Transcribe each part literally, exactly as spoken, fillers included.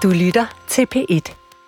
Du lytter til P et.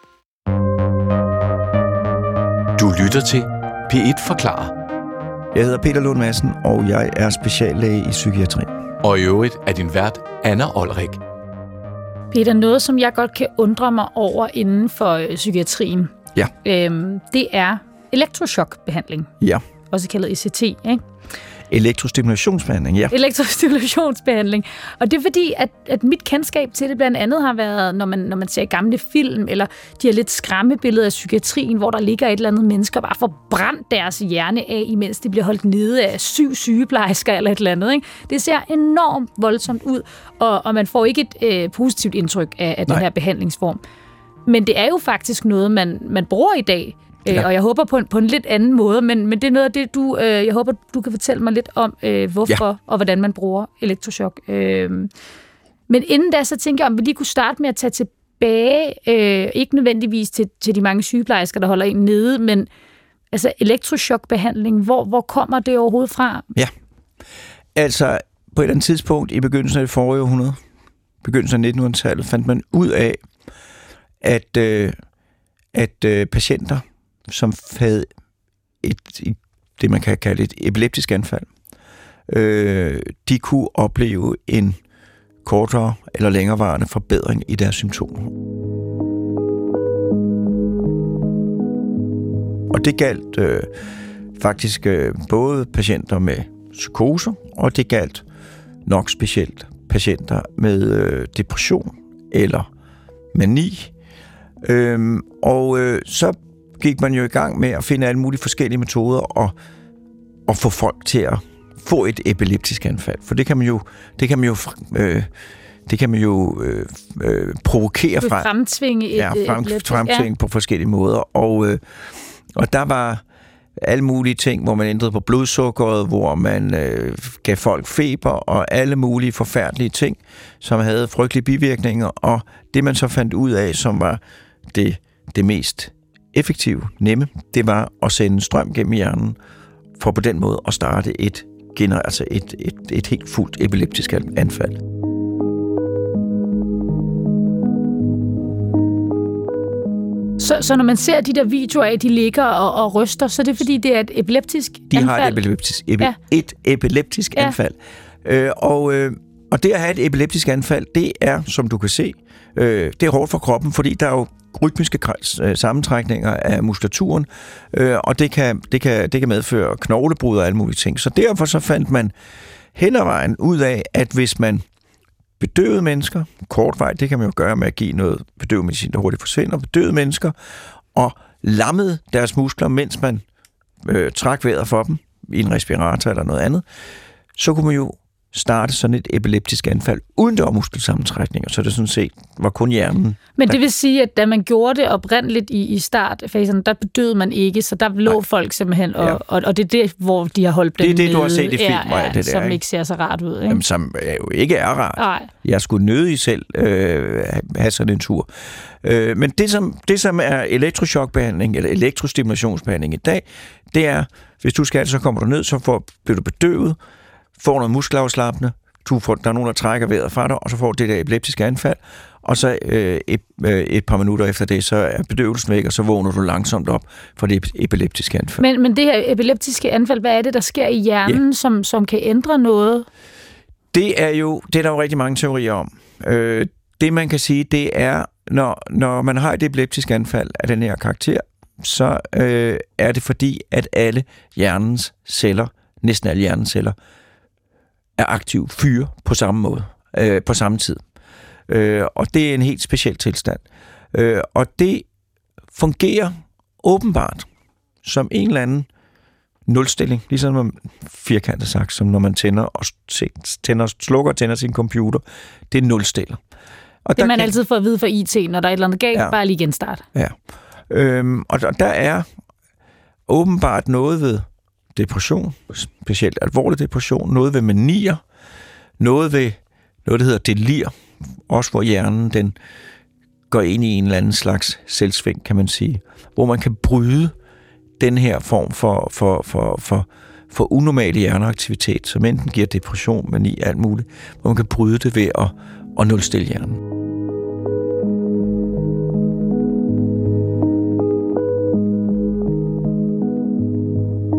Du lytter til P et forklarer. Jeg hedder Peter Lund Madsen, og jeg er speciallæge i psykiatri. Og i øvrigt er din vært Anna Olrik. Peter, noget som jeg godt kan undre mig over inden for øh, psykiatrien, Ja. øhm, det er elektrochokbehandling. Ja. Også kaldet E C T, ikke? Elektrostimulationsbehandling, ja. Elektrostimulationsbehandling. Og det er fordi, at, at mit kendskab til det blandt andet har været, når man, når man ser gamle film, eller de her lidt skræmmebilleder af psykiatrien, hvor der ligger et eller andet menneske og bare får brændt deres hjerne af, imens de bliver holdt nede af syv sygeplejersker eller et eller andet. Ikke? Det ser enormt voldsomt ud, og, og man får ikke et øh, positivt indtryk af, af den her behandlingsform. Men det er jo faktisk noget, man, man bruger i dag. Ja. Og jeg håber på en, på en lidt anden måde, men, men det er noget af det, du, øh, jeg håber, du kan fortælle mig lidt om, øh, hvorfor ja. og hvordan man bruger elektrochok. Øh, men inden da, så tænker jeg, om vi lige kunne starte med at tage tilbage, øh, ikke nødvendigvis til, til de mange sygeplejersker, der holder en nede, men altså elektrochokbehandling, hvor, hvor kommer det overhovedet fra? Ja, altså på et eller andet tidspunkt i begyndelsen af det forrige århundrede, begyndelsen af nittenhundredetallet, fandt man ud af, at, øh, at øh, patienter, som havde et, et, det, man kan kalde et epileptisk anfald, øh, de kunne opleve en kortere eller længerevarende forbedring i deres symptomer. Og det galt øh, faktisk øh, både patienter med psykoser, og det galt nok specielt patienter med øh, depression eller mani. Øh, og øh, så gik man jo i gang med at finde alle mulige forskellige metoder og, og få folk til at få et epileptisk anfald. For det kan man jo, det kan man jo, øh, det kan man jo øh, øh, provokere fra. Fremtvinge et ja, frem, epileptisk. fremtvinge ja. på forskellige måder. Og, øh, og der var alle mulige ting, hvor man ændrede på blodsukkeret, hvor man øh, gav folk feber og alle mulige forfærdelige ting, som havde frygtelige bivirkninger. Og det man så fandt ud af, som var det, det mest effektive, nemme, det var at sende strøm gennem hjernen, for på den måde at starte et, altså et, et, et helt fuldt epileptisk anfald. Så, så når man ser de der videoer af, de ligger og, og ryster, så er det fordi, det er et epileptisk de anfald? De har et epileptisk, epi, ja. et epileptisk ja. anfald. Øh, og, øh, og det at have et epileptisk anfald, det er, som du kan se, øh, det er hårdt for kroppen, fordi der er jo rytmiske sammentrækninger af muskulaturen, øh, og det kan, det, kan, det kan medføre knoglebrud og alle mulige ting. Så derfor så fandt man hen ad vejen ud af, at hvis man bedøvede mennesker, kortvarigt, det kan man jo gøre med at give noget bedøvemedicin, der hurtigt forsvinder, bedøvede mennesker, og lammede deres muskler, mens man øh, trak vejret for dem i en respirator eller noget andet, så kunne man jo starte sådan et epileptisk anfald, uden der var muskelsammentrækninger, så det sådan set var kun hjernen. Men det vil sige, at da man gjorde det oprindeligt i, i startfasen, der bedøvede man ikke, så der lå Nej. folk simpelthen, og, ja. og, og det er det, hvor de har holdt dem nede. Det er det, du har set i film, ja, ja, det der, som ikke? ikke ser så rart ud. Ikke? Jamen, som jo ikke er rart. Nej. Jeg skulle nødig selv øh, have sådan en tur. Øh, men det som, det, som er elektrochokbehandling, eller elektrostimulationsbehandling i dag, det er, hvis du skal, så kommer du ned, så får, bliver du bedøvet, får noget muskelafslappende, du får, der er nogen, der trækker vejret fra dig, og så får du det der epileptiske anfald, og så øh, et, øh, et par minutter efter det, så er bedøvelsen væk, og så vågner du langsomt op for det epileptiske anfald. Men, men det her epileptiske anfald, hvad er det, der sker i hjernen, ja. som, som kan ændre noget? Det er jo, det er der jo rigtig mange teorier om. Øh, det man kan sige, det er, når, når man har et epileptisk anfald af den her karakter, så øh, er det fordi, at alle hjernens celler, næsten alle hjernens celler, er aktiv fyre på samme måde, øh, på samme tid. Øh, og det er en helt speciel tilstand. Øh, og det fungerer åbenbart som en eller anden nulstilling, ligesom man firkantet sagt, som når man tænder og tænder, slukker og tænder sin computer. Det er nulstiller. Og det er man kan, altid får at vide for I T, når der er et eller andet galt, ja. bare lige genstart. Ja. Øhm, og der, der er åbenbart noget ved depression, specielt alvorlig depression, noget ved manier, noget ved noget, der hedder delir, også hvor hjernen den går ind i en eller anden slags selvsving, kan man sige, hvor man kan bryde den her form for, for, for, for, for unormal hjerneaktivitet, som enten giver depression, mani, alt muligt, hvor man kan bryde det ved at, at nulstille hjernen.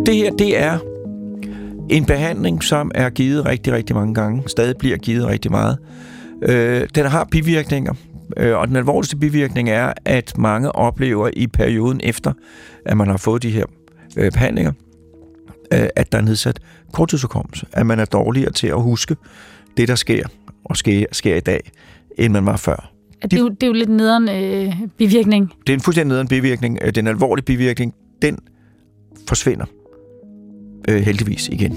Det her, det er en behandling, som er givet rigtig, rigtig mange gange. Stadig bliver givet rigtig meget. Øh, den har bivirkninger. Øh, og den alvorligste bivirkning er, at mange oplever i perioden efter, at man har fået de her øh, behandlinger, øh, at der er nedsat korttidshukommelse. At man er dårligere til at huske det, der sker og sker, sker i dag, end man var før. Det er jo, det er jo lidt nederen øh, bivirkning. Det er en fuldstændig nederen bivirkning. Den alvorlige bivirkning, den forsvinder øh, heldigvis igen.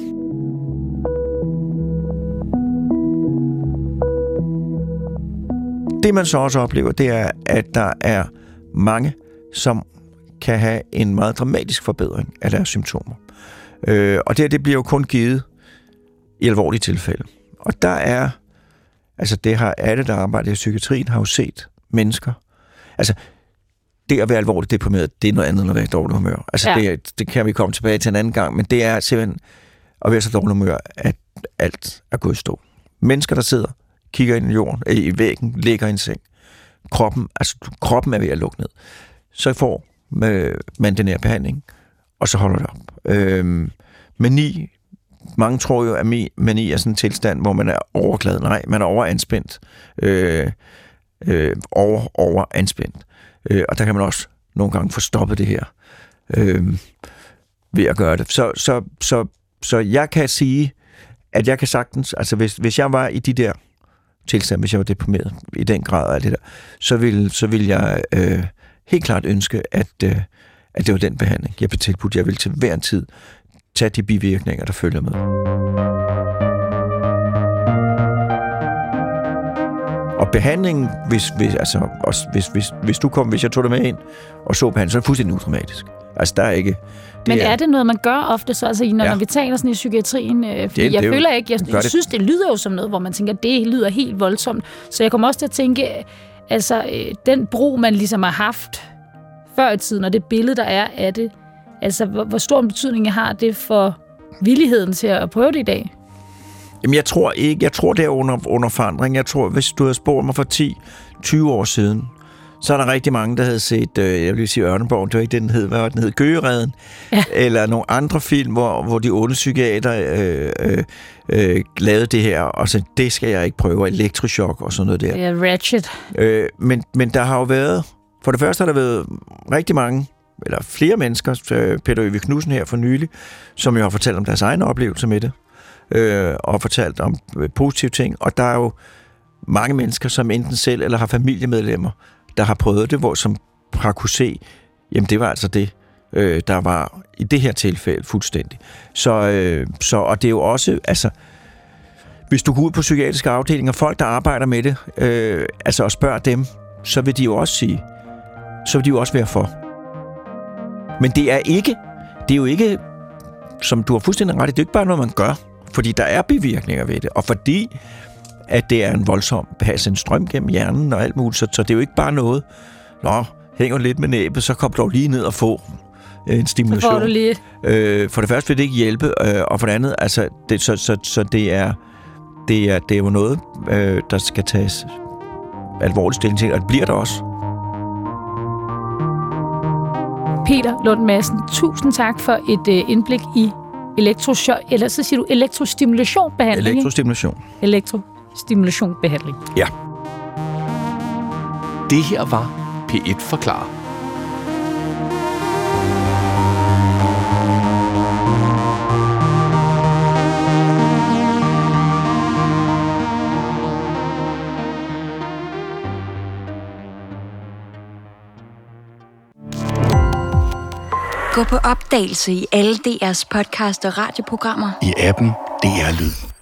Det man så også oplever, det er, at der er mange, som kan have en meget dramatisk forbedring af deres symptomer. Øh, og det, det bliver jo kun givet i alvorlige tilfælde. Og der er, altså det har alle, der arbejder i psykiatrien, har jo set mennesker. Altså, det at være alvorligt deprimeret, det er noget andet end at være i dårlig humør. Altså, ja. det, det kan vi komme tilbage til en anden gang, men det er simpelthen at være så dårlig humør, at alt er gået i stå. Mennesker, der sidder, kigger ind i jorden, i væggen, ligger i en seng. Kroppen, altså kroppen er ved at lukke ned. Så får man den her behandling, og så holder det op. Øhm, mani, mange tror jo, at mani er sådan en tilstand, hvor man er overglad. Nej, man er overanspændt. Øh, øh, over, overanspændt. Øh, og der kan man også nogle gange få stoppet det her øh, ved at gøre det. Så, så, så, så jeg kan sige, at jeg kan sagtens, altså hvis, hvis jeg var i de der tilstand, hvis jeg var deprimeret i den grad af det der, så ville, så ville jeg øh, helt klart ønske, at, øh, at det var den behandling, jeg blev tilbudt. Jeg ville til hver en tid tage de bivirkninger, der følger med. Og behandlingen, hvis, hvis, altså, også, hvis, hvis, hvis du kom, hvis jeg tog det med ind og så behandling, så er det fuldstændig udramatisk. Altså, der er ikke... Det Men er, er det noget, man gør ofte, så, altså, når, ja. når vi taler sådan i psykiatrien? Øh, fordi det, jeg det føler jo, ikke... Jeg, jeg synes, det lyder jo som noget, hvor man tænker, det lyder helt voldsomt. Så jeg kommer også til at tænke, altså, øh, den brug, man ligesom har haft før i tiden, og det billede, der er af det, altså, hvor, hvor stor en betydning har det for villigheden til at prøve det i dag? Jamen, jeg tror ikke. Jeg tror, det er under, under forandring. Jeg tror, hvis du havde spurgt mig for ti til tyve år siden, så er der rigtig mange, der havde set, øh, jeg vil sige Ørneborg, det var ikke den hed, hvad var den hed, Gøgereden, ja. Eller nogle andre film, hvor, hvor de onde psykiater øh, øh, øh, lavede det her, og så det skal jeg ikke prøve, elektrochok og sådan noget der. Ja, ratchet. Øh, men, men der har jo været, for det første har der været rigtig mange, eller flere mennesker, Peter Øvig Knudsen her for nylig, som jo har fortalt om deres egen oplevelse med det, øh, og fortalt om positive ting, og der er jo mange mennesker, som enten selv eller har familiemedlemmer, der har prøvet det, hvor som har kunne se, jamen det var altså det, øh, der var i det her tilfælde fuldstændig. Så, øh, så, og det er jo også, altså, hvis du går ud på psykiatriske afdelinger, folk, der arbejder med det, øh, altså og spørger dem, så vil de jo også sige, så vil de jo også være for. Men det er ikke, det er jo ikke, som du har fuldstændig ret i, det er ikke bare noget, man gør, fordi der er bivirkninger ved det, og fordi at det er en voldsom behandling, en strøm gennem hjernen og alt muligt, så, så det er jo ikke bare noget, nå, hænger lidt med næbet, så kom du lige ned og få en stimulation. Så får du lige. Øh, for det første vil det ikke hjælpe, øh, og for det andet, altså, det, så, så, så det er, det er, det er jo noget, øh, der skal tages alvorligt stilling til, og det bliver der også. Peter Lund Madsen, tusind tak for et øh, indblik i elektrochok, eller så siger du elektrostimulationbehandling. Elektrostimulation. Elektrostimulationbehandling. Ja. Det her var P et forklarer. Gå på opdagelse i alle D R's podcast og radioprogrammer. I appen D R Lyd.